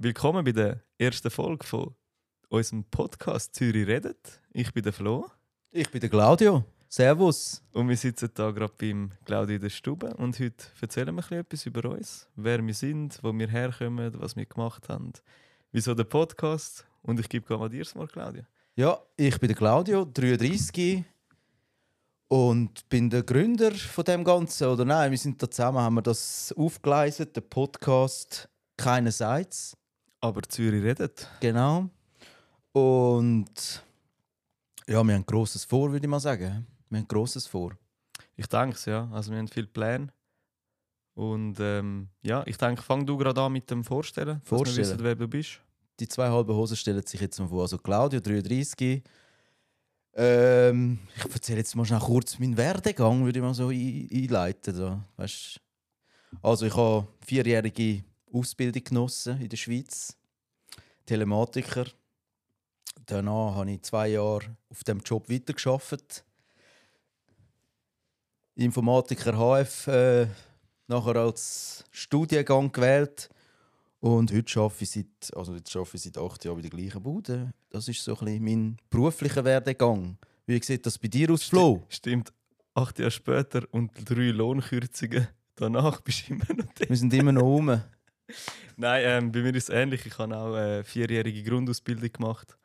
Willkommen bei der ersten Folge von unserem Podcast «Zürich redet». Ich bin der Flo. Ich bin der Claudio. Servus. Und wir sitzen hier gerade beim Claudio in der Stube. Und heute erzählen wir etwas über uns. Wer wir sind, wo wir herkommen, was wir gemacht haben. Wieso der Podcast? Und ich gebe mal dir das Wort, Claudio. Ja, ich bin der Claudio, 33 und bin der Gründer von dem Ganzen. Oder nein, wir sind da zusammen, haben wir das aufgeleistet, den Podcast «Keinerseits». Aber Zürich redet. Genau. Und ja, wir haben Grosses vor, würde ich mal sagen. Wir haben Grosses vor. Ich denke es, ja. Also wir haben viele Pläne. Und ja, ich denke, fang du gerade an mit dem Vorstellen. Dass wir wissen, wer du bist. Die zwei halben Hosen stellen sich jetzt mal vor. Also Claudio, 33. Ich erzähle jetzt mal schnell kurz meinen Werdegang, würde ich mal so einleiten. Da. Weißt? Also ich habe 4-jährige Ausbildung genossen in der Schweiz. Telematiker. Danach habe ich 2 Jahre auf diesem Job weitergearbeitet. Informatiker HF nachher als Studiengang gewählt. Und heute arbeite ich seit 8 Jahren bei der gleichen Bude. Das ist so ein bisschen mein beruflicher Werdegang. Wie sieht das bei dir aus, Flo? Stimmt. 8 Jahre später und 3 Lohnkürzungen. Danach bist du immer noch da. Wir sind immer noch rum. Nein, bei mir ist es ähnlich. Ich habe auch eine 4-jährige Grundausbildung gemacht.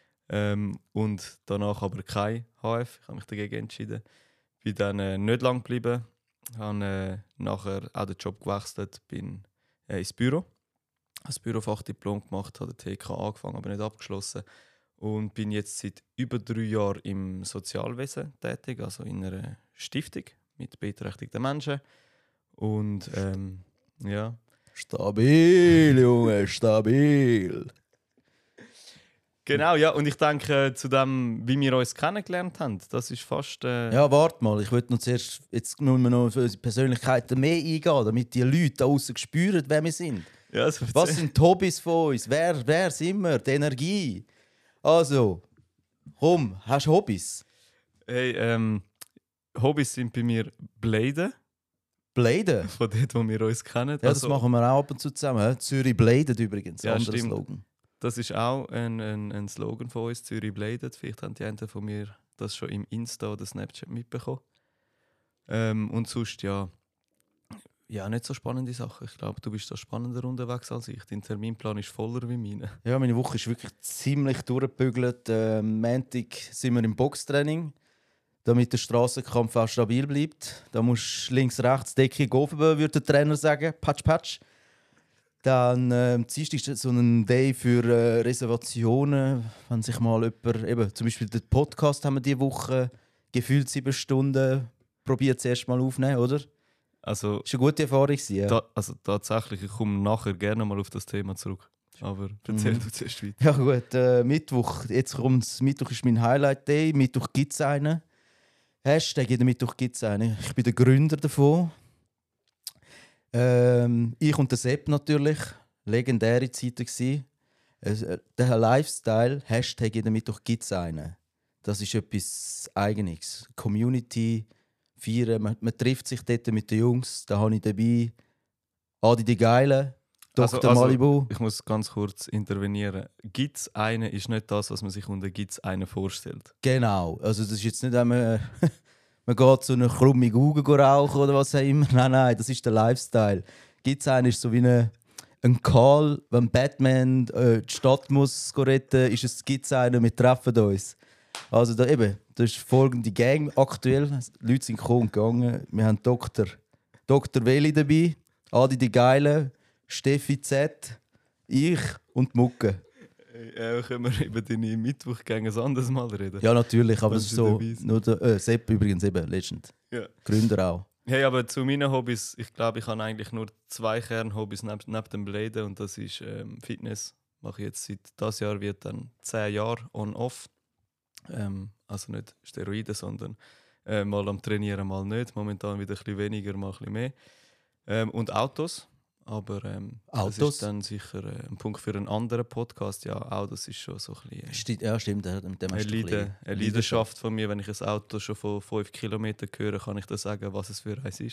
Und danach aber kein HF. Ich habe mich dagegen entschieden. Bin dann nicht lang geblieben. Habe nachher auch den Job gewechselt. Bin ins Büro. Das Bürofachdiplom gemacht, habe den TK angefangen, aber nicht abgeschlossen. Und bin jetzt seit über 3 Jahren im Sozialwesen tätig, also in einer Stiftung mit beeinträchtigten Menschen. Und ja. Stabil, Junge, stabil. Genau, ja. Und ich denke, zu dem, wie wir uns kennengelernt haben, das ist fast... Ja, warte mal. Ich würde noch zuerst, jetzt müssen wir noch auf unsere Persönlichkeiten mehr eingehen, damit die Leute da draussen spüren, wer wir sind. Ja, also Was sind die Hobbys von uns? Wer sind wir? Die Energie. Also, komm, hast du Hobbys? Hey, Hobbys sind bei mir Bladen. Bladen? Von dort, wo wir uns kennen. Ja, das machen wir auch ab und zu zusammen. Zürich Bladen übrigens, Ja, anderer stimmt. Slogan. Das ist auch ein Slogan von uns, Zürich Bladet. Vielleicht haben die einen von mir das schon im Insta oder Snapchat mitbekommen. Und sonst ja, nicht so spannende Sachen. Ich glaube, du bist da spannender unterwegs als ich. Dein Terminplan ist voller wie meine. Ja, meine Woche ist wirklich ziemlich durchgebügelt. Montag sind wir im Boxtraining, damit der Strassenkampf auch stabil bleibt. Da musst du links, rechts, Deckung oben, würde der Trainer sagen. Patsch, patsch. Dann Dienstag ist so ein Day für Reservationen. Wenn sich mal jemand, eben, zum Beispiel den Podcast haben wir diese Woche gefühlt 7 Stunden probiert zuerst mal aufnehmen, oder? Also, Das war eine gute Erfahrung. Ja. also tatsächlich, ich komme nachher gerne mal auf das Thema zurück. Aber erzähl du zuerst weiter. Ja gut, Mittwoch. Jetzt kommt's. Mittwoch ist mein Highlight-Day. Mittwoch gibt es einen. Hashtag jeden Mittwoch gibt es einen. Ich bin der Gründer davon. Ich und der Sepp natürlich. Legendäre Zeiten gsi. Der Lifestyle, Hashtag jeden Mittwoch gibt es einen. Das ist etwas Eigenes. Community, feiern. Man trifft sich dort mit den Jungs. Da habe ich dabei Adi die Geile, Dr. Malibu. Ich muss ganz kurz intervenieren. Gibt es einen ist nicht das, was man sich unter «gibt es einen» vorstellt. Genau. Also das ist jetzt nicht einmal... Man geht zu einer krummen Gugge rauchen oder was auch immer. Nein, das ist der Lifestyle. Gibt es einen, ist so wie ein Call, wenn Batman die Stadt muss retten muss, gibt es einen, wir treffen uns. Also da ist folgende Gang aktuell. Die Leute sind gekommen und gegangen. Wir haben Dr. Weli dabei, Adi die Geile, Steffi Z, ich und die Mucke. Können wir über deine Mittwochgänge ein anderes Mal reden? Ja, natürlich, aber das ist so. dabei sind. Nur der Sepp übrigens eben, Legend. Ja. Gründer auch. Hey, aber zu meinen Hobbys, ich glaube, ich habe eigentlich nur 2 Kernhobbys neben dem Bladen und das ist Fitness. Mache ich jetzt seit dieses Jahr, wird dann 10 Jahre on-off. Also nicht Steroide, sondern mal am Trainieren, mal nicht. Momentan wieder ein bisschen weniger, mal ein bisschen mehr. Und Autos. Aber das ist dann sicher ein Punkt für einen anderen Podcast. Ja, Autos ist schon so ein bisschen Ja, stimmt. Mit dem hast du eine Leidenschaft von mir. Wenn ich ein Auto schon von 5 Kilometern höre, kann ich dir sagen, was es für eins ist.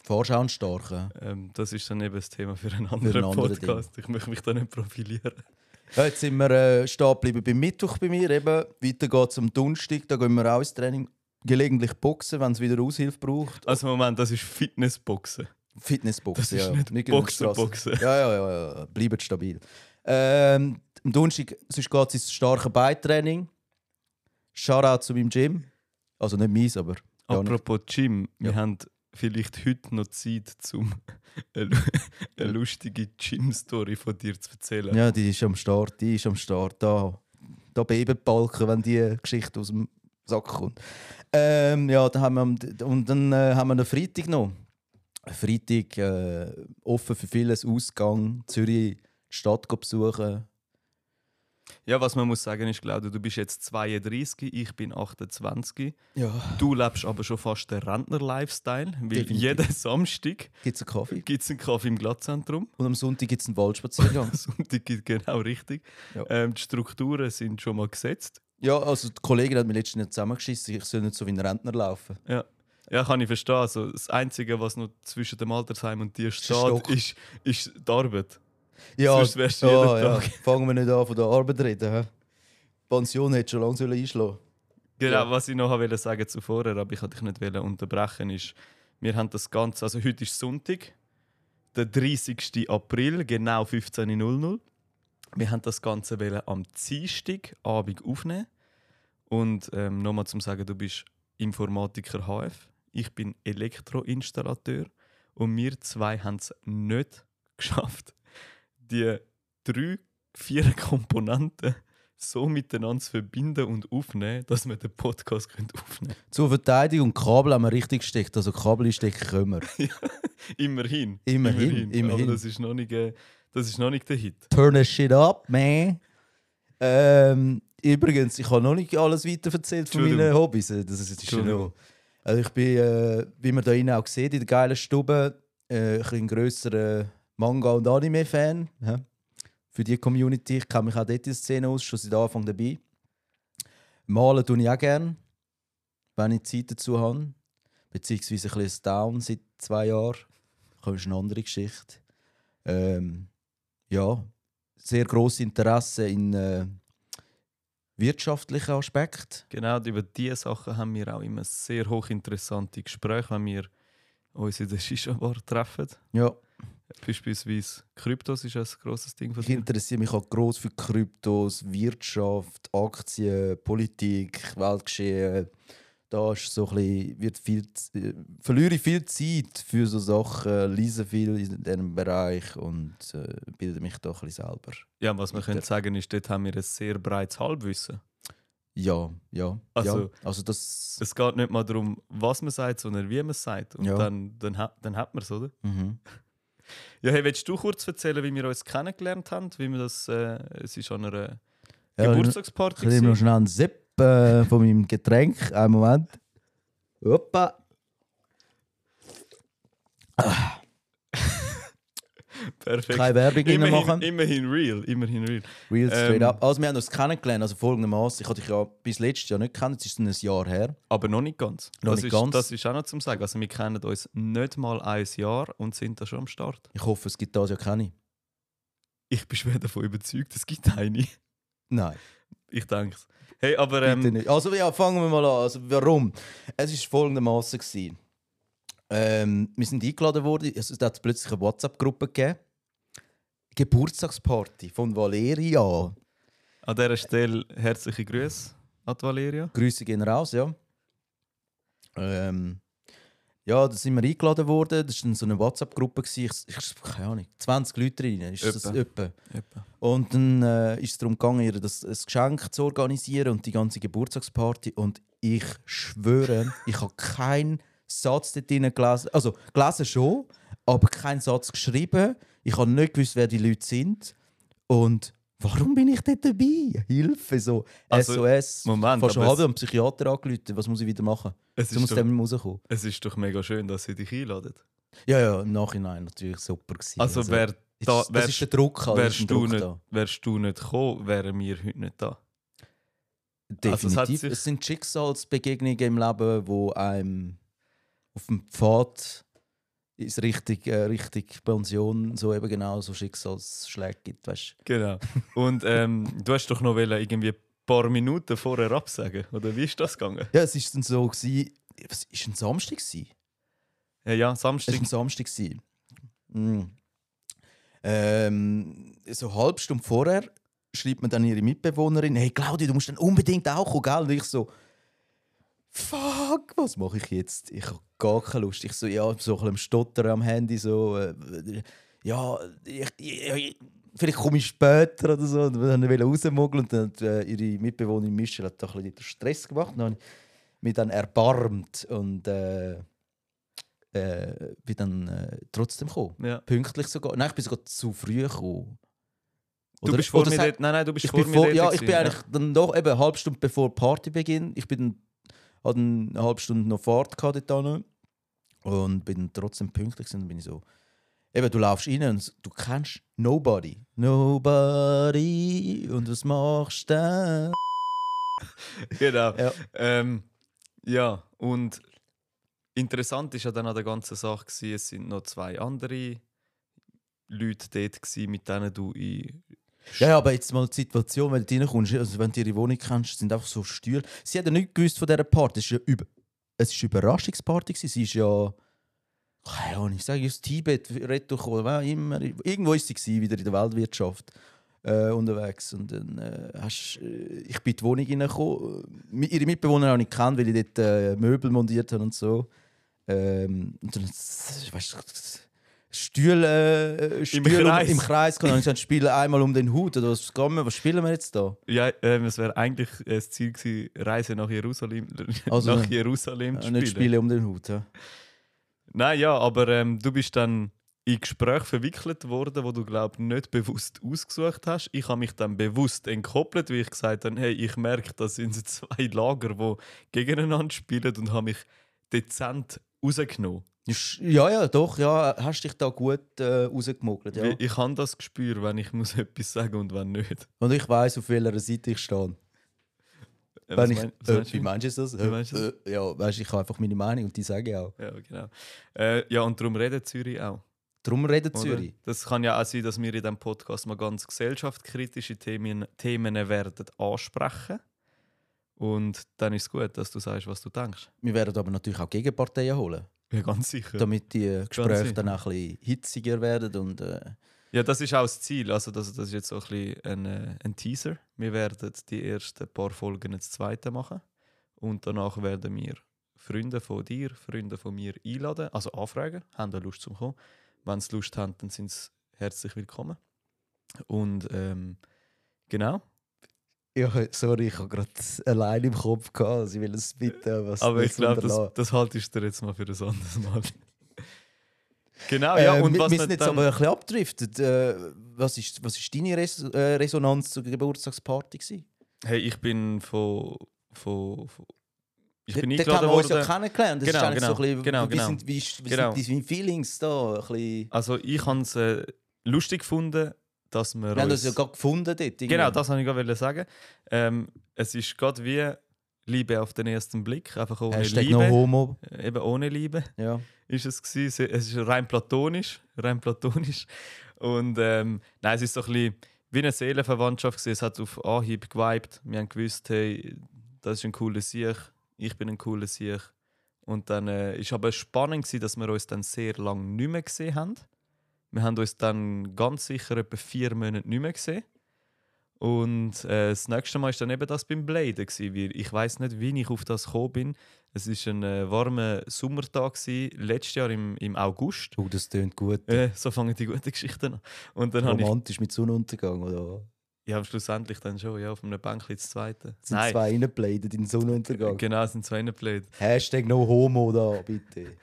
Vorschauen stark. Das ist dann eben das Thema für einen Für anderen einen anderen Podcast. Ich möchte mich da nicht profilieren. Ja, jetzt sind wir stehen geblieben beim Mittwoch bei mir. Eben. Weiter geht es am Donnerstag. Da gehen wir auch ins Training. Gelegentlich boxen, wenn es wieder Aushilfe braucht. Also Moment, das ist Fitnessboxen. Fitnessboxen, Das ist nicht Boxen. Ja. Bleibt stabil. Am Donnerstag sonst geht es ins starke Beintraining. Shoutout zu meinem Gym. Also nicht meins, aber... Apropos Gym, wir Ja. haben vielleicht heute noch Zeit, um eine lustige Gym-Story von dir zu erzählen. Ja, die ist am Start. Da Babybalken, wenn die Geschichte aus dem Sack kommt. Ja, dann haben wir, und dann haben wir einen Freitag noch. Freitag offen für vieles, Ausgang, Zürich, die Stadt besuchen. Ja, was man muss sagen ist, Claudio, du bist jetzt 32, ich bin 28. Ja. Du lebst aber schon fast den Rentner-Lifestyle, weil Definitiv. jeden Samstag Gibt es einen Kaffee? gibt es einen Kaffee im Glattzentrum. Und am Sonntag gibt es einen Waldspaziergang. Am Sonntag gibt genau richtig. Ja. Die Strukturen sind schon mal gesetzt. Ja, also die Kollegin hat mir letztens nicht zusammengeschissen, ich soll nicht so wie ein Rentner laufen. Ja, kann ich verstehen. Also, das Einzige, was noch zwischen dem Altersheim und dir steht, Stock. ist die Arbeit. Ja, Sonst wärst du jeden ja. Tag. Fangen wir nicht an von der Arbeit zu reden. He? Die Pension hätte schon lange einschlagen. Genau, Ja. was ich noch wollte sagen zuvor, aber ich wollte dich nicht unterbrechen, ist, wir haben das Ganze, also heute ist Sonntag, der 30. April, genau 15.00 Uhr. Wir haben das Ganze am Dienstagabend aufnehmen. Und nochmal zum Sagen, du bist Informatiker HF, ich bin Elektroinstallateur und wir zwei haben es nicht geschafft, die 3-4 Komponenten so miteinander zu verbinden und aufnehmen, dass wir den Podcast aufnehmen können. Zur Verteidigung, Kabel haben wir richtig gesteckt. Also Kabel stecken können wir. Immerhin. Immerhin. Aber das ist noch nicht der Hit. Turn the shit up, man. Übrigens, ich habe noch nicht alles weiter erzählt von meinen Entschuldigung. Hobbys. Das ist ja Entschuldigung. noch. Also ich bin, wie man da innen auch sieht, in der geilen Stube, ein grösserer Manga- und Anime-Fan. Ja. Für die Community. Ich kenne mich auch dort in der Szene aus, schon seit Anfang dabei. Malen tue ich auch gerne, wenn ich Zeit dazu habe. Beziehungsweise ein bisschen down seit 2 Jahren. Das ist eine andere Geschichte. Ja, sehr grosses Interesse in wirtschaftlichen Aspekten. Genau, über diese Sachen haben wir auch immer sehr hochinteressante Gespräche, wenn wir uns in der Shisha-Bar treffen. Ja, Beispielsweise Kryptos ist ein grosses Ding von ich dir. interessiere mich auch gross für Kryptos, Wirtschaft, Aktien, Politik, Weltgeschehen. Da ist so ein bisschen, verliere ich viel Zeit für so Sachen, lese viel in diesem Bereich und bilde mich da ein bisschen selber. Ja, was wir Weiter. können sagen ist, dort haben wir ein sehr breites Halbwissen. Ja. Also- Also das... Es geht nicht mal darum, was man sagt, sondern wie man es sagt. Und Ja. dann hat man es, oder? Mhm. Ja, hey, willst du kurz erzählen, wie wir uns kennengelernt haben? Wie wir das, es ist an einer Ja, Geburtstagsparty. Ich nehme noch gewesen. schnell einen Sip von meinem Getränk. Einen Moment. Hoppa. Perfekt. Keine Werbung machen. Immerhin real. Real straight Ähm, up. Also wir haben uns kennengelernt, also folgendermaßen. Ich hatte dich ja bis letztes Jahr nicht gekannt, es ist ein Jahr her. Aber noch nicht ganz. Noch das nicht ist, ganz. Das ist auch noch zum Sagen. Also wir kennen uns nicht mal ein Jahr und sind da schon am Start. Ich hoffe, es gibt das ja keine. Ich bin schwer davon überzeugt, es gibt eine. Nein, Ich denke es. Hey, aber bitte nicht. Also ja, fangen wir mal an. Also warum? Es war folgendermaßen. Wir sind eingeladen worden, es hat plötzlich eine WhatsApp-Gruppe gegeben. Geburtstagsparty von Valeria. an dieser Stelle herzliche Grüße an die Valeria. Grüße gehen raus, ja. Ja, da sind wir eingeladen worden. Das war dann so eine WhatsApp-Gruppe. Keine Ahnung, 20 Leute drin. Ist das etwa? Etwa. Und dann ist es darum gegangen, ihr ein Geschenk zu organisieren und die ganze Geburtstagsparty. Und ich schwöre, ich habe keinen Satz dort drin gelesen. Also gelesen schon, aber keinen Satz geschrieben. Ich habe nicht gewusst, wer die Leute sind. Und warum bin ich dort dabei? Hilfe, so Also, SOS. Moment, Fast schon aber halb einen Psychiater angerufen. Was muss ich wieder machen? Es Du musst ist, dann doch, nicht mehr rauskommen. es ist doch mega schön, dass sie dich einladen. Ja, im Nachhinein natürlich super gewesen. Also, das das ist der Druck. Also ist ein Druck wärst du nicht gekommen, wären wir heute nicht da. Definitiv. Also es hat sich- es sind Schicksalsbegegnungen im Leben, die einem auf dem Pfad ist richtig Pension so eben genau so Schicksalsschläge gibt, weißt du. Genau. Und du hast doch noch irgendwie ein paar Minuten vorher absagen, oder wie ist das gegangen? Ja, es ist dann so gewesen, was ist ein Samstag gewesen? Ja, Es Samstag. war ein Samstag gewesen. Mm. So eine halbe Stunde vorher schreibt mir dann ihre Mitbewohnerin, hey Claudia, du musst dann unbedingt auch kommen, gell? Und ich so, fuck, was mache ich jetzt? Ich habe gar keine Lust. Ich so, ja, so ein bisschen am Stottern am Handy, so, ja, vielleicht komme ich später oder so. Und dann wollte ich rausmogeln und dann hat ihre Mitbewohnerin Michelle hat da ein bisschen Stress gemacht. Dann habe ich mich dann erbarmt und bin dann trotzdem gekommen. Ja. Pünktlich sogar. Nein, ich bin sogar zu früh gekommen. Du bist vor mir sag- dort. Nein, du bist ich vor bin mir vor, dort. ja, ich bin gewesen, eigentlich dann doch eben eine halbe Stunde bevor die Party beginnt. Ich bin hatte eine halbe Stunde noch Fahrt dort hin und bin dann trotzdem pünktlich gewesen. Dann bin ich so, eben, du laufst rein und du kennst nobody. Nobody. Und was machst du dann? Genau. Ja. Ja, und interessant ist ja dann an der ganzen Sache gewesen, es sind noch 2 andere Leute dort gewesen, mit denen du in... Ja, aber jetzt mal die Situation, wenn du reinkommst, also wenn du ihre Wohnung kennst, sind einfach so Stühle. Sie hat ja nicht gewusst von dieser Party. Es war ja es ist eine Überraschungsparty gewesen. Sie ist ja, keine Ahnung, ich sage aus Tibet retour, irgendwo ist sie gewesen, wieder in der Weltwirtschaft unterwegs. Und dann ich bin in die Wohnung reingekommen. Ihre Mitbewohner habe ich gekannt, weil ich dort Möbel montiert habe und so. Und dann, weißt du, Stühle im Kreis und dann gesagt, spielen einmal um den Hut oder was spielen wir jetzt da? Ja, es wäre eigentlich das Ziel gewesen, Reise nach Jerusalem, Also, nach Jerusalem zu spielen. Nicht spielen um den Hut, ja. Nein, ja, aber du bist dann in Gespräche verwickelt worden, wo du glaub nicht bewusst ausgesucht hast. Ich habe mich dann bewusst entkoppelt, wie ich gesagt habe, hey, ich merke, das sind 2 Lager, die gegeneinander spielen und habe mich dezent rausgenommen. Ja, doch, ja, hast dich da gut rausgemogelt, ja. Ich habe das Gespür, wenn ich muss etwas sagen und wenn nicht. Und ich weiss, auf welcher Seite ich stehe. Wie meinst du das? Ja, weißt, ich habe einfach meine Meinung und die sage ich auch. Ja, genau. Ja, und darum redet Zürich auch. Darum redet Oder? Zürich. Das kann ja auch sein, dass wir in diesem Podcast mal ganz gesellschaftskritische Themen werden ansprechen. Und dann ist es gut, dass du sagst, was du denkst. Wir werden aber natürlich auch Gegenparteien holen. Ja, ganz sicher. Damit die Gespräche sicher. dann auch ein bisschen hitziger werden. Und, Ja, das ist auch das Ziel. Also das ist jetzt so ein bisschen ein Teaser. Wir werden die ersten paar Folgen das zweite machen. Und danach werden wir Freunde von dir, Freunde von mir einladen, also anfragen, haben da Lust zum kommen. Wenn sie Lust haben, dann sind sie herzlich willkommen. Und genau. ja, sorry, ich habe gerade allein im Kopf gehabt. Also ich will es bitte was. Aber ich glaube, das haltest du dir jetzt mal für ein anderes Mal. Genau, ja. Und wir was sind jetzt aber ein bisschen abgedriftet. Was ist deine Resonanz zur Geburtstagsparty gewesen? Hey, ich bin von ich bin Dort eingeladen haben wir uns ja worden. kennengelernt. Das ist eigentlich so ein bisschen, Genau. Wie sind deine Feelings da? Ein bisschen... Also ich habe es lustig gefunden, dass wir Wir haben uns... uns ja gerade gefunden dort. Irgendwie. Genau, das wollte ich gerade sagen. Es ist gerade wie Liebe auf den ersten Blick, einfach ohne Hashtag Liebe. no homo. Eben ohne Liebe Ja. ist es gewesen. Es ist rein platonisch. Und nein, es ist so ein bisschen wie eine Seelenverwandtschaft gewesen. Es hat auf Anhieb geweibt. Wir haben gewusst, hey, das ist ein cooler Sieg. Ich bin ein cooler Sieg. Und dann ist aber spannend gewesen, dass wir uns dann sehr lange nicht mehr gesehen haben. Wir haben uns dann ganz sicher etwa 4 Monate nicht mehr gesehen. Und das nächste Mal war dann eben das beim Bladen. Weil ich weiss nicht, wie ich auf das gekommen bin. Es war ein warmer Sommertag, letztes Jahr im August. Oh, das tönt gut. So fangen die guten Geschichten an. Und dann Romantisch mit Sonnenuntergang, oder? ja, schlussendlich dann schon, ja, auf einem Bänkchen das zweite. Es sind 2 reingebladet in den Sonnenuntergang. Genau, es sind 2 reingebladet. Hashtag no homo da, bitte.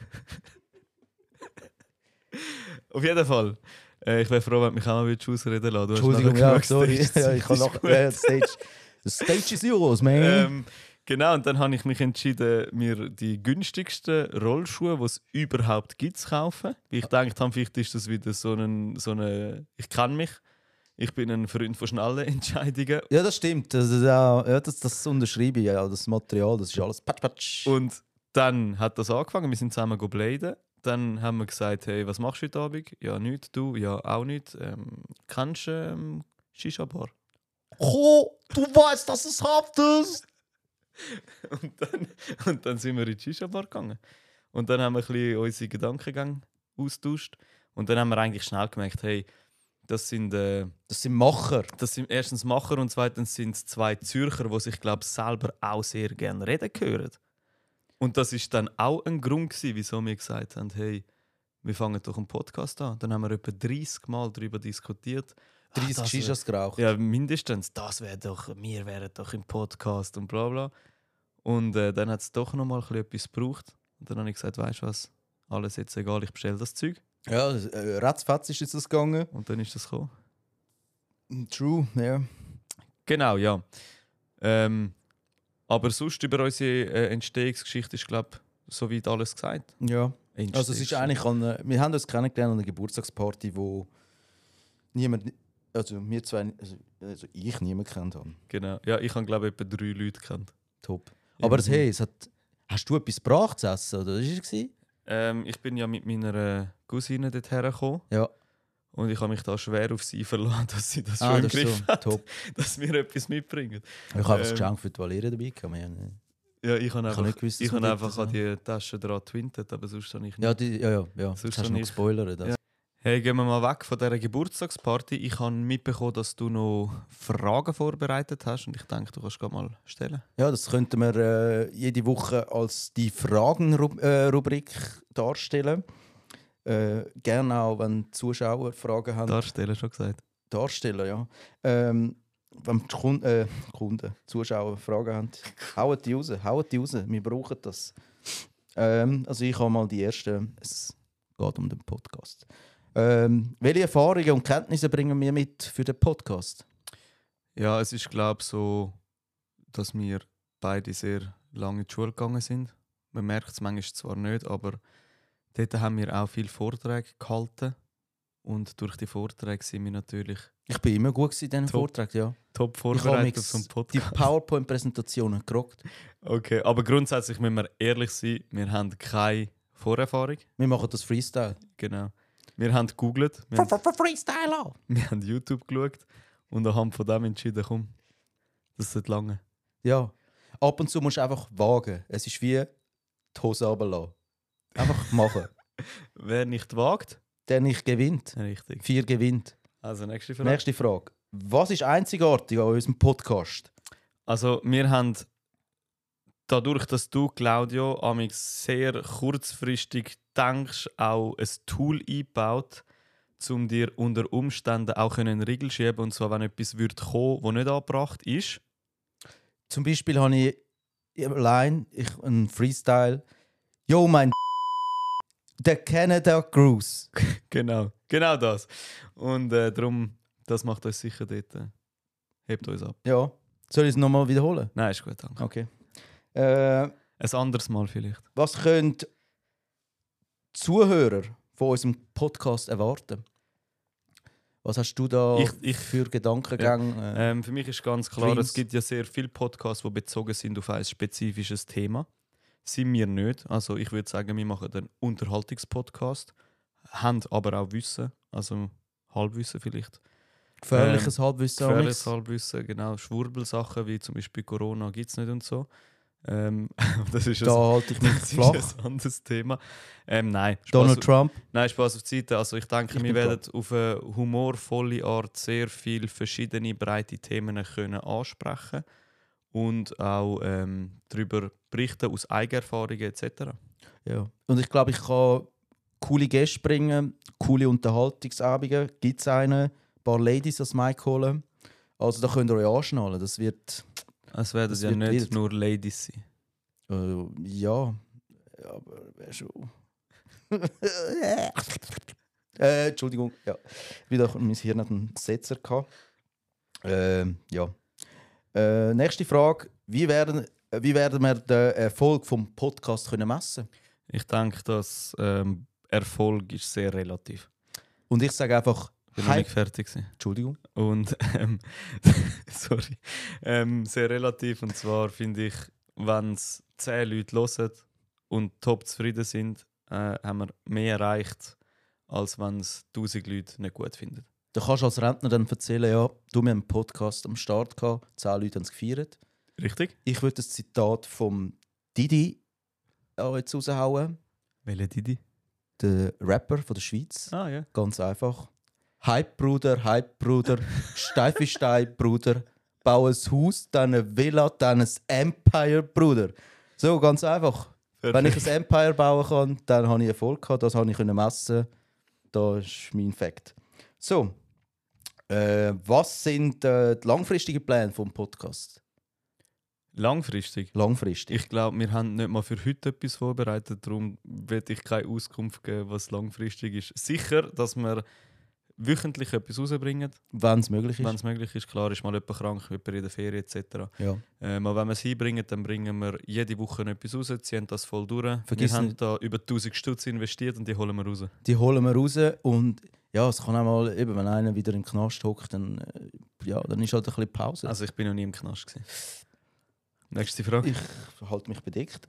Auf jeden Fall. Ich wäre froh, wenn du mich auch mal ausreden lassen. Entschuldigung, ja, sorry. Ja, ich kann noch... The stage is yours, man. Genau, und dann habe ich mich entschieden, mir die günstigsten Rollschuhe, die es überhaupt gibt, zu kaufen. Weil ich gedacht habe, vielleicht ist das wieder so eine ich kenne mich. Ich bin ein Freund von schnellen Entscheidungen. Ja, das stimmt. Das unterschreibe ich. Ja, das Material, das ist alles patsch, patsch. Und dann hat das angefangen, wir sind zusammen bladen. Dann haben wir gesagt, hey, was machst du heute Abend? Ja, nichts. Du? Ja, auch nichts. Kennst du Shisha-Bar? Oh, du weißt, dass es habt ist! und dann sind wir in die Shisha-Bar gegangen. Und dann haben wir ein bisschen unsere Gedankengänge austauscht. Und dann haben wir eigentlich schnell gemerkt, hey, das sind Macher. das sind erstens Macher und zweitens sind es zwei Zürcher, die sich, glaube ich, selber auch sehr gerne reden hören. Und das ist dann auch ein Grund gewesen, wieso wir gesagt haben, hey, wir fangen doch einen Podcast an. Dann haben wir etwa 30 Mal darüber diskutiert. 30 Shishas geraucht. Ja, mindestens. Wir wären doch im Podcast und bla bla. Und dann hat es doch noch mal etwas gebraucht. Und dann habe ich gesagt, weißt du was, alles jetzt egal, ich bestelle das Zeug. Ja, ratzfatz ist jetzt das gegangen. Und dann ist das gekommen. True, ja. Genau, ja. Aber sonst über unsere Entstehungsgeschichte ist, glaube ich, soweit alles gesagt. Ja. Also es ist eigentlich wir haben uns kennengelernt an einer Geburtstagsparty, wo niemand, also wir zwei, also ich niemand kennt habe. Genau. Ja, ich habe, glaube ich, etwa 3 Leute gekannt. Top. Aber hast du etwas gebracht zu essen, oder was war es? Ich bin ja mit meiner Cousine dort hergekommen. Ja. Und ich habe mich da schwer auf sie verlassen, dass sie das schon im das ist Griff so hat, top. dass wir etwas mitbringen. Ich habe das Geschenk für die Valeria dabei gehabt. Ja, ich habe einfach, nicht gewusst, dass ich wir habe dort einfach an sind. die Tasche dran getwintet, aber sonst habe ich nicht. Ja. Sonst Das hast du habe noch ich- gespoilert. Ja. Hey, gehen wir mal weg von dieser Geburtstagsparty. Ich habe mitbekommen, dass du noch Fragen vorbereitet hast und ich denke, du kannst gerade mal stellen. Ja, das könnten wir jede Woche als die Fragen-Rubrik darstellen. Gerne auch, wenn die Zuschauer Fragen haben. Darstellen, schon gesagt. Darstellen, ja. Wenn die Kunden, Zuschauer Fragen haben, hauen die raus. Wir brauchen das. Also ich habe mal die erste. Es geht um den Podcast. Welche Erfahrungen und Kenntnisse bringen wir mit für den Podcast? Ja, es ist, glaube ich, so, dass wir beide sehr lange in die Schule gegangen sind. Man merkt es manchmal zwar nicht, aber dort haben wir auch viele Vorträge gehalten. Und durch die Vorträge sind wir natürlich Ich bin immer gut in diesen Top. Vorträgen, ja. top Ich habe vorbereitet zum die Podcast. PowerPoint-Präsentationen gerockt. Okay, aber grundsätzlich müssen wir ehrlich sein, wir haben keine Vorerfahrung. Wir machen das Freestyle. Genau. Wir haben gegoogelt, wir haben, Freestyle! wir haben YouTube geschaut und anhand von dem entschieden, komm, das sollte lange. Ja. Ab und zu musst du einfach wagen. Es ist wie die Hose runterlassen. Einfach machen. Wer nicht wagt, Der nicht gewinnt. richtig. 4 gewinnt. Also nächste Frage. Nächste Frage. Was ist einzigartig an unserem Podcast? Also wir haben dadurch, dass du, Claudio, amix sehr kurzfristig denkst, auch ein Tool eingebaut, um dir unter Umständen auch einen Riegel schieben, und zwar wenn etwas wird kommen, das nicht angebracht ist. Zum Beispiel habe ich allein einen Freestyle. Yo, mein der Canada Cruise. Genau das. Und darum, das macht uns sicher dort, hebt uns ab. Ja. Soll ich es nochmal wiederholen? Nein, ist gut, danke. Okay. Ein anderes Mal vielleicht. Was können die Zuhörer von unserem Podcast erwarten? Was hast du da Ich- für Gedankengänge? Für mich ist ganz klar, Dreams. es gibt ja sehr viele Podcasts, die bezogen sind auf ein spezifisches Thema. Sind wir nicht. Also ich würde sagen, wir machen einen Unterhaltungspodcast, haben aber auch Wissen, also Halbwissen vielleicht. Gefährliches Halbwissen. Gefährliches Alex? Halbwissen, genau. Schwurbelsachen wie zum Beispiel Corona gibt es nicht und so. Das ist Da halte ich mich das flach. ist ein anderes Thema. Nein, Donald Trump. Nein, Spaß auf die Seite. Also ich denke, Ich wir bin werden auf eine humorvolle Art sehr viele verschiedene breite Themen können ansprechen und auch darüber berichten aus Eigenerfahrungen etc. Ja. Und ich glaube, ich kann coole Gäste bringen, coole Unterhaltungsabende. Gibt es einen? Ein paar Ladies als Mike holen. Also da könnt ihr euch anschnallen. Das wird... Es werden Das ja wird nicht wild. nur Ladies sein. Ja, aber wäre schon. Entschuldigung, ja. Wieder mein Hirn hat einen Setzer gehabt. Ja. Nächste Frage. Wie werden wir den Erfolg vom Podcast können messen? Ich denke, dass Erfolg ist sehr relativ. Und ich sage einfach, Ich bin noch nicht fertig gewesen. Entschuldigung. Und sorry. Sehr relativ. Und zwar finde ich, wenn es 10 Leute hören und top zufrieden sind, haben wir mehr erreicht, als wenn es 1000 Leute nicht gut finden. Da kannst du als Rentner dann erzählen, ja, du, wir haben einen Podcast am Start gehabt, 10 Leute haben es gefeiert. Richtig? Ich würde das Zitat vom Didi jetzt raushauen. Welche Didi? Der Rapper von der Schweiz. Ah ja. Ganz einfach. Hype, Bruder, Steif wie Stein, Bruder. Bau ein Haus, dann eine Villa, dann ein Empire, Bruder. So, ganz einfach. Perfekt. Wenn ich ein Empire bauen kann, dann habe ich Erfolg gehabt, das habe ich messen. Das ist mein Fakt. So, was sind die langfristigen Pläne vom Podcast? Langfristig? Langfristig. Ich glaube, wir haben nicht mal für heute etwas vorbereitet, darum werde ich keine Auskunft geben, was langfristig ist. Sicher, dass wir wöchentlich etwas rausbringen, Wenn es möglich ist. wenn es möglich ist. Klar ist mal jemand krank, jemand in der Ferien etc. Ja. Aber wenn wir es hinbringen, dann bringen wir jede Woche etwas raus, ziehen das voll durch. Vergiss wir haben nicht- da über 1000 Stutz investiert und die holen wir raus. Die holen wir raus und ja, es kann auch mal, eben, wenn einer wieder im Knast hockt, dann, ja, dann ist halt ein bisschen Pause. Also ich bin noch nie im Knast gewesen. Nächste Frage. Ich halte mich bedeckt.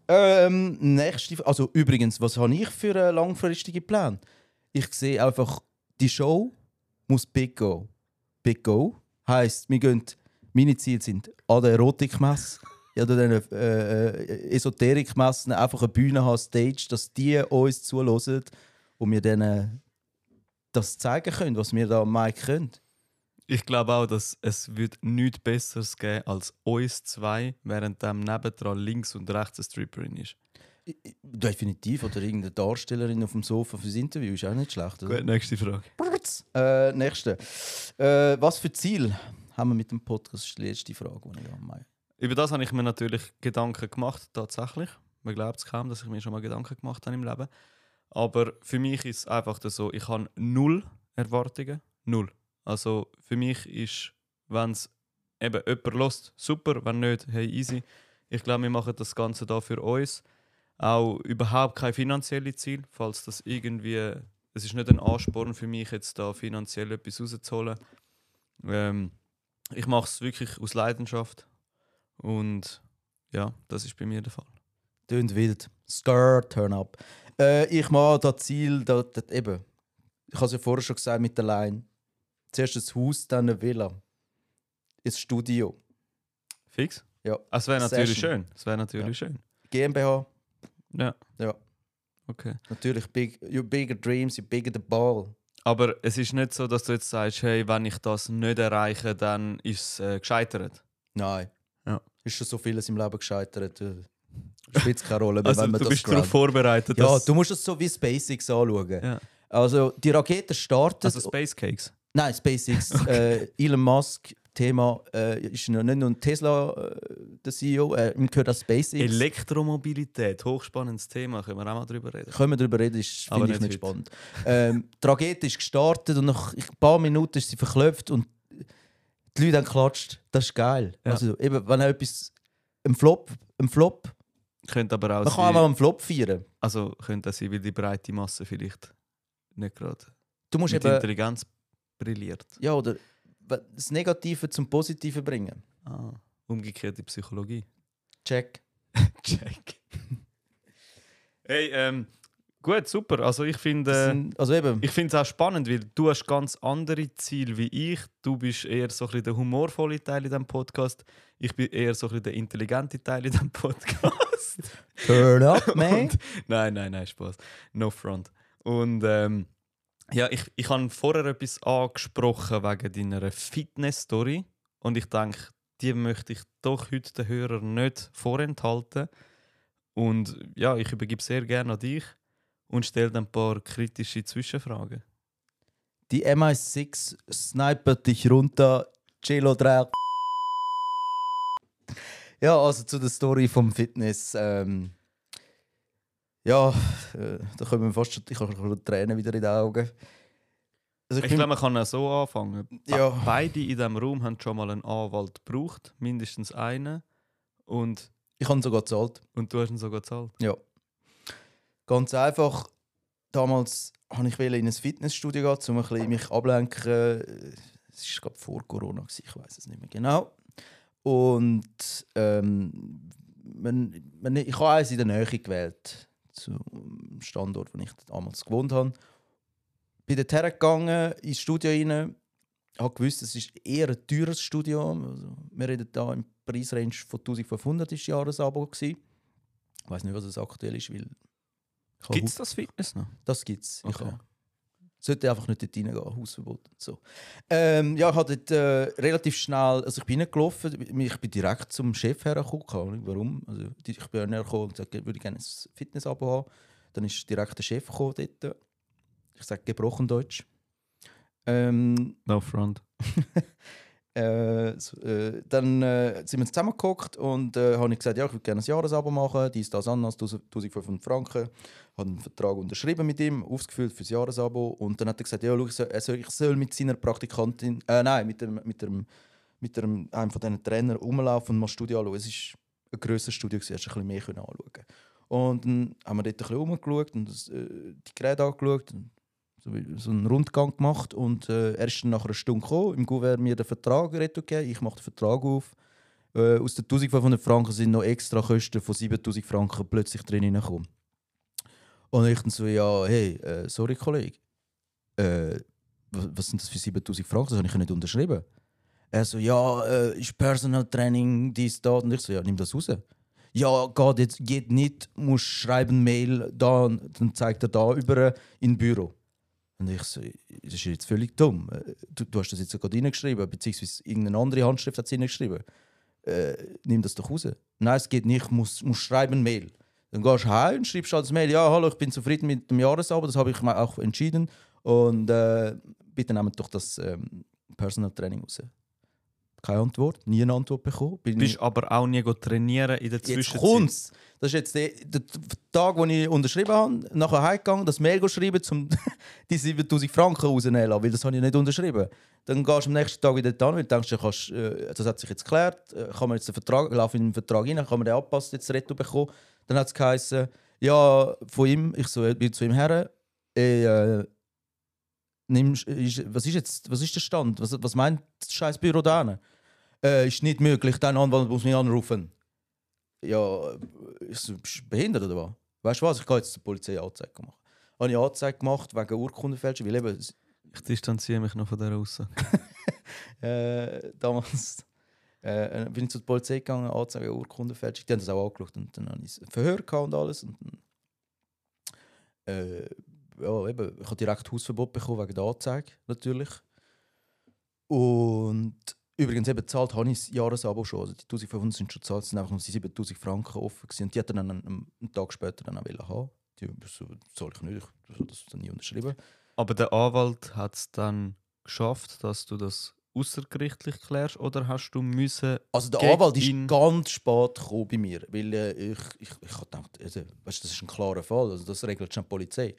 Also übrigens, was habe ich für langfristige Pläne? Ich sehe einfach, die Show muss big go. Big go heisst, meine Ziele sind an der Erotikmesse, ja, an diesen Esoterikmessen einfach eine Bühne haben, Stage, dass die uns zuhören und wir denen das zeigen können, was wir da am Mic können. Ich glaube auch, dass es wird nichts Besseres geben als uns zwei, während dem nebendran links und rechts eine Stripperin ist. Definitiv. Oder irgendeine Darstellerin auf dem Sofa fürs Interview ist auch nicht schlecht. Oder? Gut, nächste Frage. Nächste. Was für Ziel haben wir mit dem Podcast? Das ist die letzte Frage, die ich habe. Über das habe ich mir natürlich Gedanken gemacht, tatsächlich. Man glaubt es kaum, dass ich mir schon mal Gedanken gemacht habe im Leben. Aber für mich ist es einfach so, ich habe 0 Erwartungen. 0. Also für mich ist, wenn es eben jemand hört, super, wenn nicht, hey, easy. Ich glaube, wir machen das Ganze da für uns. Auch überhaupt kein finanzielles Ziel, falls das irgendwie... Es ist nicht ein Ansporn für mich, jetzt da finanziell etwas rauszuholen. Ich mache es wirklich aus Leidenschaft. Und ja, das ist bei mir der Fall. Tönt wild. Skirt, turn up. Ich mache das Ziel, eben. Ich habe es ja vorher schon gesagt mit der Line. Zuerst ein Haus, dann eine Villa. Ein Studio. Fix? Ja. Es wäre natürlich Session. schön. Es wäre natürlich schön. GmbH. Ja. Ja. Okay. Natürlich, your bigger dreams, you bigger the ball. Aber es ist nicht so, dass du jetzt sagst, hey, wenn ich das nicht erreiche, dann ist es gescheitert. Nein. Ja. Ist schon so vieles im Leben gescheitert. Spielt es keine Rolle mehr, Also wenn man du das bist darauf groundet. vorbereitet, Ja, dass... du musst es so wie SpaceX anschauen. Ja. Also die Rakete startet... Also Space Cakes. Nein, SpaceX. Elon Musk, Thema, ist noch nicht nur ein Tesla der CEO, ihm gehört auch SpaceX. Elektromobilität, hochspannendes Thema, können wir auch mal drüber reden. Können wir darüber reden, Aber finde ich nicht nicht heute. spannend. Die Rakete ist gestartet und nach ein paar Minuten ist sie verklopft und die Leute haben geklatscht. Das ist geil. Ja. Also, eben, wenn etwas... Ein Flop... Könnte aber auch Man kann auch mal einen Flop feiern. Also könnte auch sein, weil die breite Masse vielleicht nicht gerade Du musst mit eben... Intelligenz brilliert. Ja, oder das Negative zum Positiven bringen. Umgekehrte Psychologie. Check. Check. Hey, gut, super. Also ich finde Also eben... es auch spannend, weil du hast ganz andere Ziele wie ich. Du bist eher so ein bisschen der humorvolle Teil in diesem Podcast. Ich bin eher so ein bisschen der intelligente Teil in diesem Podcast. Turn up, man. Und, nein, Spaß. No front. Und ja, ich habe vorher etwas angesprochen wegen deiner Fitness-Story. Und ich denke, die möchte ich doch heute den Hörern nicht vorenthalten. Und ja, ich übergebe sehr gerne an dich und stelle dann ein paar kritische Zwischenfragen. Die MI6 snipert dich runter, Cello 3. Ja, also zu der Story vom Fitness. Da kommen wir fast schon, ich habe schon Tränen wieder in den Augen. Also Ich glaube, man kann auch so anfangen. Ja. Beide in diesem Raum haben schon mal einen Anwalt gebraucht, mindestens einen. Und ich habe sogar gezahlt. du hast ihn sogar gezahlt. Ja. Ganz einfach. Damals wollte ich in ein Fitnessstudio gehen, um ein bisschen mich ablenken. Es war glaube vor Corona, ich weiß es nicht mehr genau. Und ich habe eins in der Nähe gewählt. zum Standort, wo ich damals gewohnt habe. Bin dort hergegangen, ins Studio rein. Ich habe gewusst, es ist eher ein teures Studio. Also, wir reden hier im Preisrange von 1500 ist Jahresabo gewesen. Ich weiß nicht, was es aktuell ist, weil... Gibt es das Fitness noch? Das gibt es. Okay. Sollte einfach nicht dort reingehen, Hausverbot und so. Ja, ich habe dort relativ schnell, also ich bin reingelaufen, ich bin direkt zum Chef hergekommen, keine Ahnung warum. Also, ich bin hergekommen und gesagt, würde gerne ein Fitnessabo haben. Dann ist direkt der Chef gekommen dort. Ich sage gebrochen Deutsch. No front. Dann sind wir zusammengeguckt und habe ich gesagt, ja, ich würde gerne ein Jahresabo machen, dies, das, anders, 1500 Franken. Ich habe einen Vertrag unterschrieben mit ihm, ausgefüllt für das Jahresabo. Und dann hat er gesagt, ja, schau, ich soll mit seiner Praktikantin, mit einem von diesen Trainern rumlaufen und mal das Studio anschauen. Es war ein grösseres Studio, hast du ein bisschen mehr anschauen. Und dann haben wir dort ein bisschen rumgeschaut und die Geräte angeschaut. So einen Rundgang gemacht und er ist dann nach einer Stunde gekommen, im Gouverneur mir den Vertrag gegeben, ich mache den Vertrag auf. Aus den 1500 Franken sind noch extra Kosten von 7000 Franken plötzlich drin gekommen. Und ich dann so, ja, hey, sorry Kollege, was sind das für 7000 Franken, das habe ich nicht unterschrieben. Er so, ja, ist Personal Training, dies, da. Und ich so, ja, nimm das raus. Ja, geht nicht, musst schreiben Mail, da, dann zeigt er da über in Büro. Und ich so, das ist jetzt völlig dumm. Du hast das jetzt gerade reingeschrieben, beziehungsweise irgendeine andere Handschrift hat es reingeschrieben. Nimm das doch raus. Nein, es geht nicht, musst schreiben Mail. Dann gehst du heim und schreibst als Mail, ja, hallo, ich bin zufrieden mit dem Jahresabo, das habe ich mir auch entschieden. Und bitte nehmt doch das Personal Training raus. Keine Antwort, nie eine Antwort bekommen. Du bist aber auch nie trainieren in der Zwischenzeit. Jetzt kommt's. Das ist jetzt der Tag, wo ich unterschrieben habe. Nachher heimgegangen, das Mail schreiben, um die 7000 Franken rauszunehmen, weil das habe ich nicht unterschrieben. Dann gehst du am nächsten Tag wieder an und denkst, das hat sich jetzt geklärt, kann man jetzt den Vertrag, laufe in den Vertrag rein, kann man den anpassen, jetzt Retto bekommen. Dann hat es geheißen, ja, von ihm, ich so, bin zu ihm her, was ist der Stand? Was meint das scheiß Büro da? Ist nicht möglich, dein Anwalt muss mich anrufen. Ja, bist du behindert oder was? Weißt du was, ich gehe jetzt zur Polizei Anzeige machen. Habe ich Anzeige gemacht wegen Urkundenfälschung, weil eben... Ich distanziere mich noch von dieser Aussage. Damals bin ich zur Polizei gegangen, Anzeige wegen Urkundenfälschung. Die haben das auch angeschaut und dann habe ich ein Verhör und alles. Und dann, ja, eben, ich habe direkt Hausverbot bekommen wegen der Anzeige, natürlich. Und übrigens, eben bezahlt habe ich das Jahresabo schon. Also die 1500 sind schon bezahlt, es sind einfach noch 7000 Franken offen gewesen. Und die hat dann einen Tag später dann auch haben. Die zahle ich nicht, ich habe das dann nie unterschrieben. Aber der Anwalt hat es dann geschafft, dass du das außergerichtlich klärst, oder hast du müssen... Also der Anwalt ist ganz spät gekommen bei mir, weil ich habe gedacht, also, weißt, das ist ein klarer Fall, also das regelt schon die Polizei.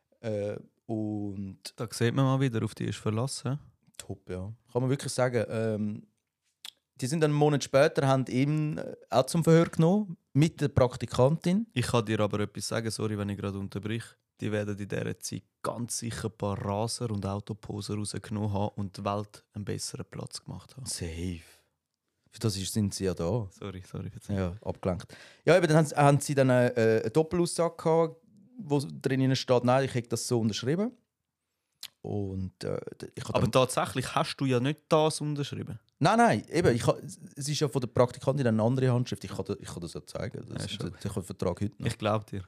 Und da sieht man mal wieder, auf die ist verlassen. Top, ja. Kann man wirklich sagen. Die sind dann einen Monat später, haben ihn auch zum Verhör genommen, mit der Praktikantin. Ich kann dir aber etwas sagen, sorry, wenn ich gerade unterbrich. Die werden in dieser Zeit ganz sicher ein paar Raser und Autoposer rausgenommen haben und die Welt einen besseren Platz gemacht haben. Safe. Für das sind sie ja da. Sorry. Ja, abgelenkt. Ja, eben, dann haben sie dann eine Doppelaussage gehabt, wo drin steht, nein, ich habe das so unterschrieben. Und, aber tatsächlich hast du ja nicht das unterschrieben. Nein, eben, es ist ja von der Praktikantin eine andere Handschrift. Ich kann das ja zeigen. Ich habe den Vertrag heute noch. Ich glaube dir.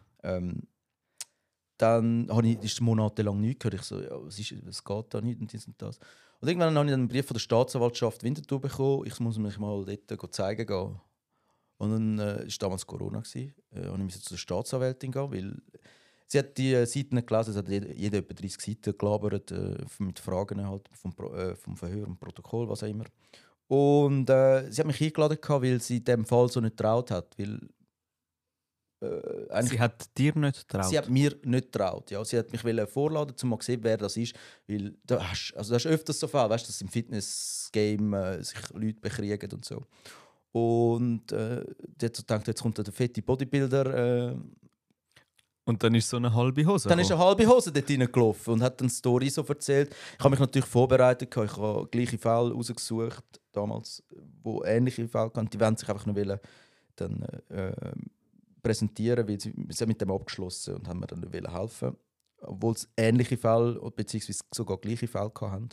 Dann habe ich monatelang nichts gehört. Ich so, ja, was geht da nicht und dies und das. Und irgendwann habe ich dann einen Brief von der Staatsanwaltschaft Winterthur bekommen. Ich muss mich mal dort zeigen gehen. Und dann war damals Corona. Ich musste zu der Staatsanwältin gehen, weil sie hat die Seiten nicht gelesen. Es hat jeder etwa 30 Seiten gelabert, mit Fragen halt vom Verhör und Protokoll, was auch immer. Und sie hat mich eingeladen, weil sie dem Fall so nicht getraut hat. Weil, sie hat dir nicht getraut? Sie hat mir nicht getraut. Ja. Sie hat mich vorladen, um mal zu sehen, wer das ist. Weil da hast öfters so Fälle, weißt du, dass im Fitness-Game sich Leute bekriegen und so. Und die hat so gedacht, jetzt kommt der fette Bodybuilder. Und dann ist so eine halbe Hose. Dann ist eine halbe Hose dort reingelaufen und hat dann die Story so erzählt. Ich habe mich natürlich vorbereitet, ich habe gleiche Fälle rausgesucht, damals, wo ähnliche Fälle hatten. Die wollen sich einfach noch wollen, dann präsentieren, weil sie haben mit dem abgeschlossen und haben mir dann helfen. Obwohl es ähnliche Fälle beziehungsweise sogar gleiche Fälle hatten.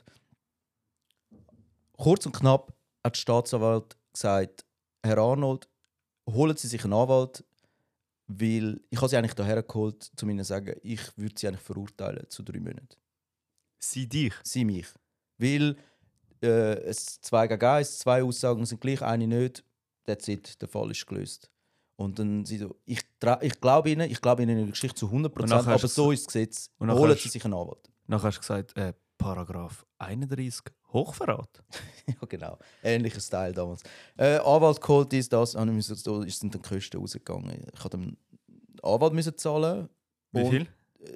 Kurz und knapp hat der Staatsanwalt gesagt, Herr Arnold, holen Sie sich einen Anwalt, weil ich habe sie eigentlich hierher geholt, um ihnen zu sagen, ich würde sie eigentlich verurteilen zu 3 Monaten. Sie dich? Sie mich. Weil es 2 gegen 1, 2 Aussagen sind gleich, eine nicht, that's it, der Fall ist gelöst. Und dann sie so, ich glaube ihnen in der Geschichte zu 100%, aber so ist das Gesetz. Holen Sie sich einen Anwalt. Nachher hast du gesagt, Paragraph 31, Hochverrat. Ja, genau. Ähnlicher Style damals. Anwalt geholt ist das, so sind dann die Kosten rausgegangen. Ich musste dem Anwalt müssen zahlen. Wie viel?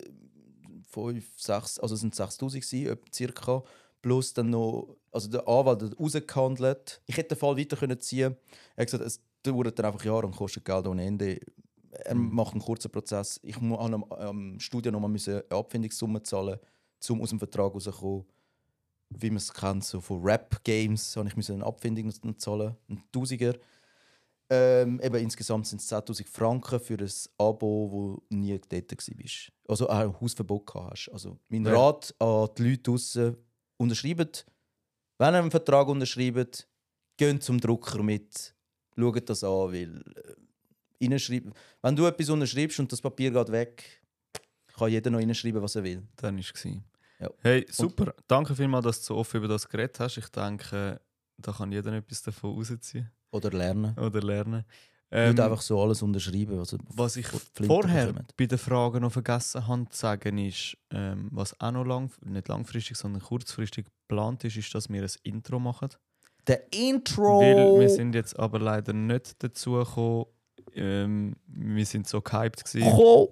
5, 6, also es sind 6'000 gewesen, circa. Plus dann noch, also der Anwalt hat rausgehandelt. Ich hätte den Fall weiter ziehen können. Er hat gesagt, es dauert dann einfach Jahre und kostet Geld ohne Ende. Er macht einen kurzen Prozess. Ich musste am Studio noch mal eine Abfindungssumme zahlen, um aus dem Vertrag rauszukommen. Wie man es kennt, so von Rap-Games, habe ich eine Abfindung zahlen, einen Tausiger. Eben insgesamt sind es 10'000 Franken für ein Abo, das nie dort warst. Also auch ein Hausverbot hast. Also mein Rat an die Leute draussen, unterschreibt, wenn ihr einen Vertrag unterschreibt, geht zum Drucker mit, schaut das an, weil wenn du etwas unterschreibst und das Papier geht weg, kann jeder noch reinschreiben, was er will. Dann war es. Ja. Hey, super. Danke vielmals, dass du so offen über das geredet hast. Ich denke, da kann jeder etwas davon rausziehen. Oder lernen. Nicht einfach so alles unterschreiben. Was ich vorher bei den Fragen noch vergessen habe zu sagen, ist, was auch noch nicht langfristig, sondern kurzfristig geplant ist, ist, dass wir ein Intro machen. Der Intro! Weil wir sind jetzt aber leider nicht dazu gekommen. Wir sind so gehypt gewesen.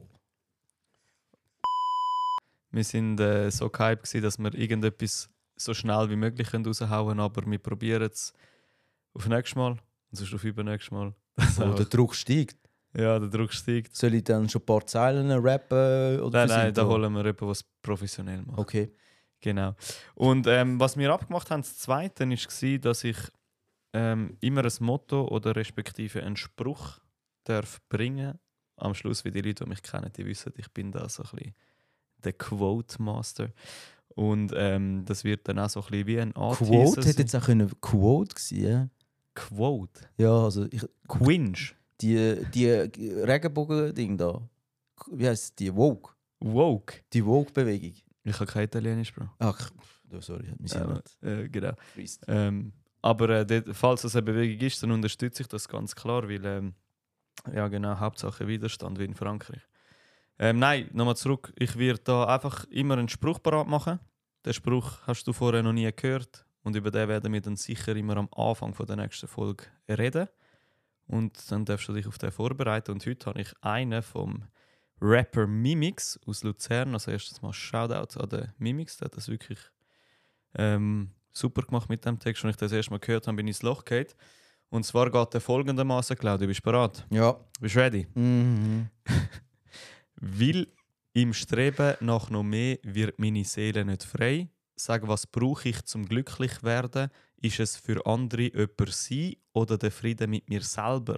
Wir sind so gehypt gewesen, dass wir irgendetwas so schnell wie möglich raushauen können, aber wir probieren es auf nächstes Mal und sonst auf übernächstes Mal. Der Druck steigt. Ja, der Druck steigt. Soll ich dann schon ein paar Zeilen rappen? Oder Nein, da holen wir jemanden, was professionell macht. Okay. Genau. Und was wir abgemacht haben, das Zweite, war, dass ich immer ein Motto oder respektive einen Spruch darf bringen. Am Schluss, wie die Leute, die mich kennen, die wissen, ich bin da so ein bisschen der Quote Master. Und das wird dann auch so ein bisschen wie ein Art. Quote hätte jetzt auch Quote gewesen. Quote? Ja, also Quinch. Die Regenbogen-Ding da. Wie heisst die? Woke. Woke? Die Woke-Bewegung. Ich habe kein Italienisch, Bro. Ach, sorry, wir sind nicht. Genau. Aber falls es eine Bewegung ist, dann unterstütze ich das ganz klar, weil ja genau, Hauptsache Widerstand wie in Frankreich. Nein, nochmal zurück. Ich werde da einfach immer einen Spruch parat machen. Den Spruch hast du vorher noch nie gehört. Und über den werden wir dann sicher immer am Anfang der nächsten Folge reden. Und dann darfst du dich auf den vorbereiten. Und heute habe ich einen vom Rapper Mimix aus Luzern. Also erstes Mal Shoutout an den Mimix. Der hat das wirklich super gemacht mit dem Text. Als ich das erste Mal gehört habe, bin ich ins Loch gefallen. Und zwar geht der folgendermaßen, Claudio, bist du bereit? Ja. Bist du ready? Mhm. Weil im Streben nach noch mehr wird meine Seele nicht frei. Sag, was brauche ich zum glücklich werden? Ist es für andere jemand sein oder der Frieden mit mir selber?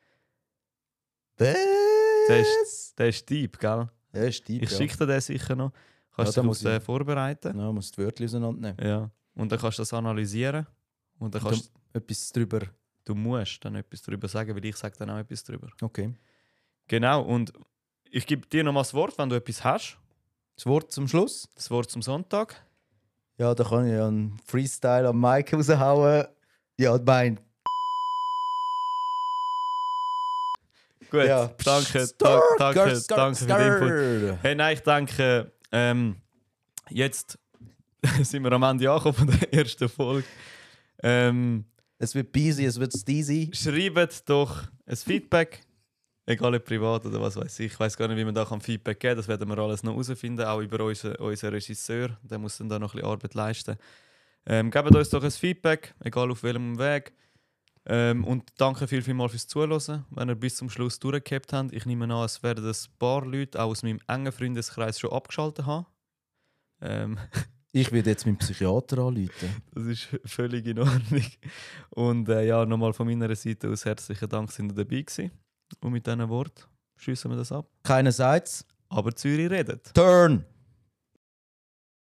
Was? Der ist deep, gell? Ja, ist deep, ich schicke dir den sicher noch. Kannst du dich auf den vorbereiten? Ja, musst die Wörter auseinandernehmen. Ja. Und dann kannst du das analysieren. Und dann kannst etwas drüber. Du musst dann etwas darüber sagen, weil ich sage dann auch etwas darüber. Okay. Genau, und ich gebe dir noch mal das Wort, wenn du etwas hast. Das Wort zum Schluss? Das Wort zum Sonntag. Ja, da kann ich ja einen Freestyle am Mic raushauen. Ja, mein. Gut, ja. danke für den Input. Hey, nein, ich denke, jetzt sind wir am Ende angekommen von der ersten Folge. Es wird busy, es wird steezy. Schreibt doch ein Feedback, egal ob privat oder was weiß ich. Ich weiß gar nicht, wie man da Feedback geben kann. Das werden wir alles noch herausfinden, auch über unseren Regisseur. Der muss dann da noch ein bisschen Arbeit leisten. Gebt uns doch ein Feedback, egal auf welchem Weg. Und danke vielmals fürs Zuhören, wenn ihr bis zum Schluss durchgehabt habt. Ich nehme an, es werden ein paar Leute auch aus meinem engen Freundeskreis schon abgeschaltet haben. Ich werde jetzt meinen Psychiater anrufen. Das ist völlig in Ordnung. Und ja, nochmal von meiner Seite aus herzlichen Dank, dass ihr dabei gewesen. Und mit diesen Worten schließen wir das ab. Keinerseits. Aber Zürich redet. Turn!